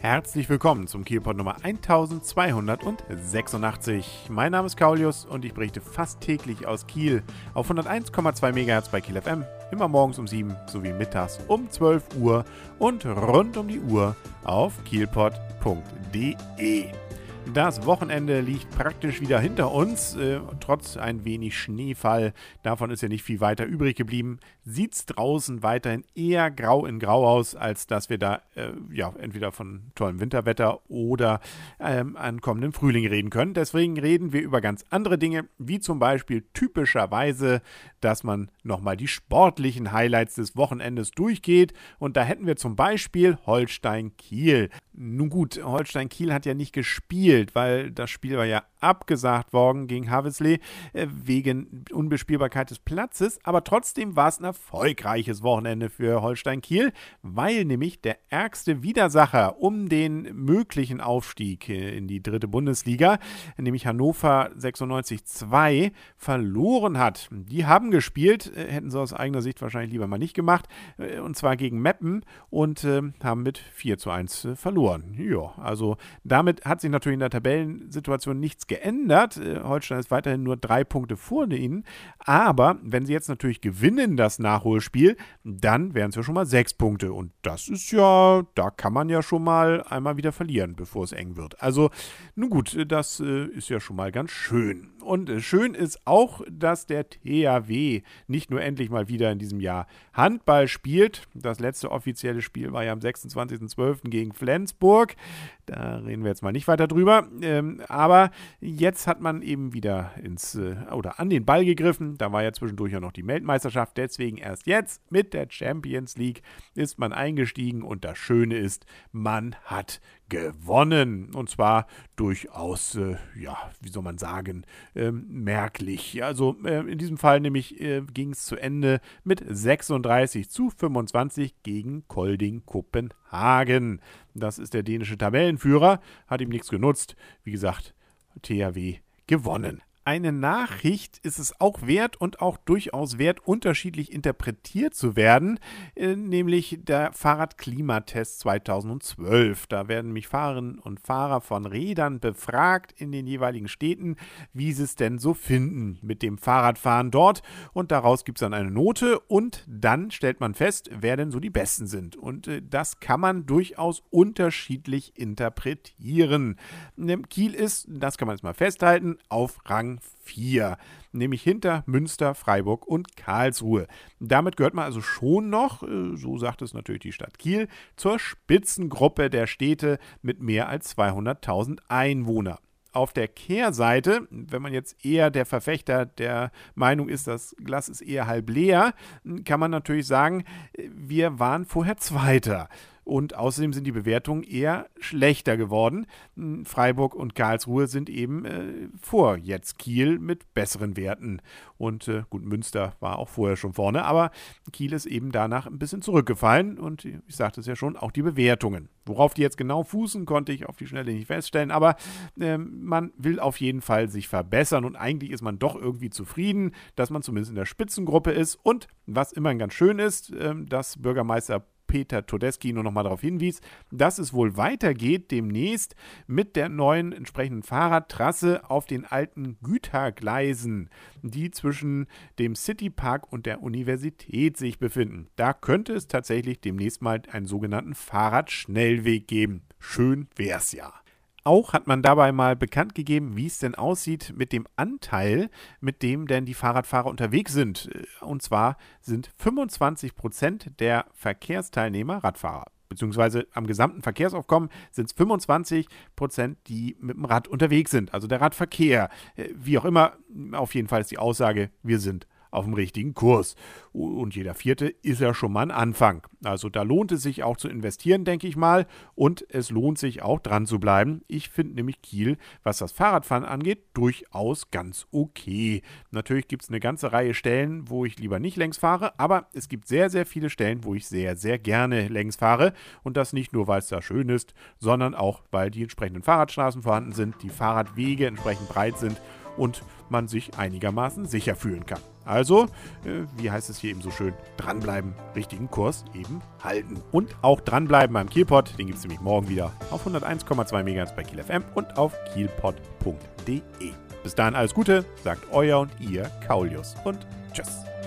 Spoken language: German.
Herzlich willkommen zum Kielpot Nummer 1286. Mein Name ist Kaulius und ich berichte fast täglich aus Kiel auf 101,2 MHz bei Kiel FM, immer morgens um 7 sowie mittags um 12 Uhr und rund um die Uhr auf kielpot.de. Das Wochenende liegt praktisch wieder hinter uns, trotz ein wenig Schneefall. Davon ist ja nicht viel weiter übrig geblieben. Sieht es draußen weiterhin eher grau in grau aus, als dass wir da entweder von tollem Winterwetter oder an kommendem Frühling reden können. Deswegen reden wir über ganz andere Dinge, wie zum Beispiel typischerweise, dass man nochmal die sportlichen Highlights des Wochenendes durchgeht. Und da hätten wir zum Beispiel Holstein Kiel. Nun gut, Holstein Kiel hat ja nicht gespielt, weil das Spiel war ja abgesagt worden gegen Havesley wegen Unbespielbarkeit des Platzes. Aber trotzdem war es ein erfolgreiches Wochenende für Holstein Kiel, weil nämlich der ärgste Widersacher um den möglichen Aufstieg in die dritte Bundesliga, nämlich Hannover 96-2, verloren hat. Die haben gespielt, hätten sie aus eigener Sicht wahrscheinlich lieber mal nicht gemacht, und zwar gegen Meppen und haben mit 4:1 verloren. Ja, also damit hat sich natürlich in der Tabellensituation nichts geändert. Holstein ist weiterhin nur 3 Punkte vor ihnen, aber wenn sie jetzt natürlich gewinnen, das Nachholspiel, dann wären es ja schon mal 6 Punkte und das ist ja, da kann man ja schon mal einmal wieder verlieren, bevor es eng wird. Also, nun gut, das ist ja schon mal ganz schön. Und schön ist auch, dass der THW nicht nur endlich mal wieder in diesem Jahr Handball spielt. Das letzte offizielle Spiel war ja am 26.12. gegen Flensburg. Da reden wir jetzt mal nicht weiter drüber. Aber jetzt hat man eben wieder an den Ball gegriffen. Da war ja zwischendurch ja noch die Weltmeisterschaft. Deswegen erst jetzt mit der Champions League ist man eingestiegen. Und das Schöne ist, man hat gewonnen. Und zwar durchaus, wie soll man sagen, merklich. Also in diesem Fall nämlich ging es zu Ende mit 36:25 gegen Kolding Kopenhagen. Das ist der dänische Tabellenführer, hat ihm nichts genutzt. Wie gesagt, THW gewonnen. Eine Nachricht ist es auch wert und auch durchaus wert, unterschiedlich interpretiert zu werden, nämlich der Fahrradklimatest 2012. Da werden nämlich Fahrerinnen und Fahrer von Rädern befragt in den jeweiligen Städten, wie sie es denn so finden mit dem Fahrradfahren dort. Und daraus gibt es dann eine Note und dann stellt man fest, wer denn so die Besten sind. Und das kann man durchaus unterschiedlich interpretieren. Kiel ist, das kann man jetzt mal festhalten, auf Rang 4, nämlich hinter Münster, Freiburg und Karlsruhe. Damit gehört man also schon noch, so sagt es natürlich die Stadt Kiel, zur Spitzengruppe der Städte mit mehr als 200.000 Einwohnern. Auf der Kehrseite, wenn man jetzt eher der Verfechter der Meinung ist, das Glas ist eher halb leer, kann man natürlich sagen, wir waren vorher Zweiter. Und außerdem sind die Bewertungen eher schlechter geworden. Freiburg und Karlsruhe sind eben vor jetzt Kiel mit besseren Werten. Und gut, Münster war auch vorher schon vorne, aber Kiel ist eben danach ein bisschen zurückgefallen. Und ich sagte es ja schon, auch die Bewertungen. Worauf die jetzt genau fußen, konnte ich auf die Schnelle nicht feststellen. Aber man will auf jeden Fall sich verbessern. Und eigentlich ist man doch irgendwie zufrieden, dass man zumindest in der Spitzengruppe ist. Und was immerhin ganz schön ist, dass Bürgermeister Peter Todeschi nur noch mal darauf hinwies, dass es wohl weitergeht demnächst mit der neuen entsprechenden Fahrradtrasse auf den alten Gütergleisen, die zwischen dem Citypark und der Universität sich befinden. Da könnte es tatsächlich demnächst mal einen sogenannten Fahrradschnellweg geben. Schön wär's ja. Auch hat man dabei mal bekannt gegeben, wie es denn aussieht mit dem Anteil, mit dem denn die Fahrradfahrer unterwegs sind. Und zwar sind 25% der Verkehrsteilnehmer Radfahrer. Beziehungsweise am gesamten Verkehrsaufkommen sind es 25%, die mit dem Rad unterwegs sind. Also der Radverkehr. Wie auch immer, auf jeden Fall ist die Aussage, wir sind auf dem richtigen Kurs. Und jeder Vierte ist ja schon mal ein Anfang. Also da lohnt es sich auch zu investieren, denke ich mal. Und es lohnt sich auch dran zu bleiben. Ich finde nämlich Kiel, was das Fahrradfahren angeht, durchaus ganz okay. Natürlich gibt es eine ganze Reihe Stellen, wo ich lieber nicht längs fahre. Aber es gibt sehr, sehr viele Stellen, wo ich sehr, sehr gerne längs fahre. Und das nicht nur, weil es da schön ist, sondern auch, weil die entsprechenden Fahrradstraßen vorhanden sind, die Fahrradwege entsprechend breit sind und man sich einigermaßen sicher fühlen kann. Also, wie heißt es hier eben so schön, dranbleiben, richtigen Kurs eben halten. Und auch dranbleiben beim Kielpot, den gibt es nämlich morgen wieder auf 101,2 MHz bei Kiel FM und auf kielpot.de. Bis dahin alles Gute, sagt euer und ihr Kaulius und tschüss.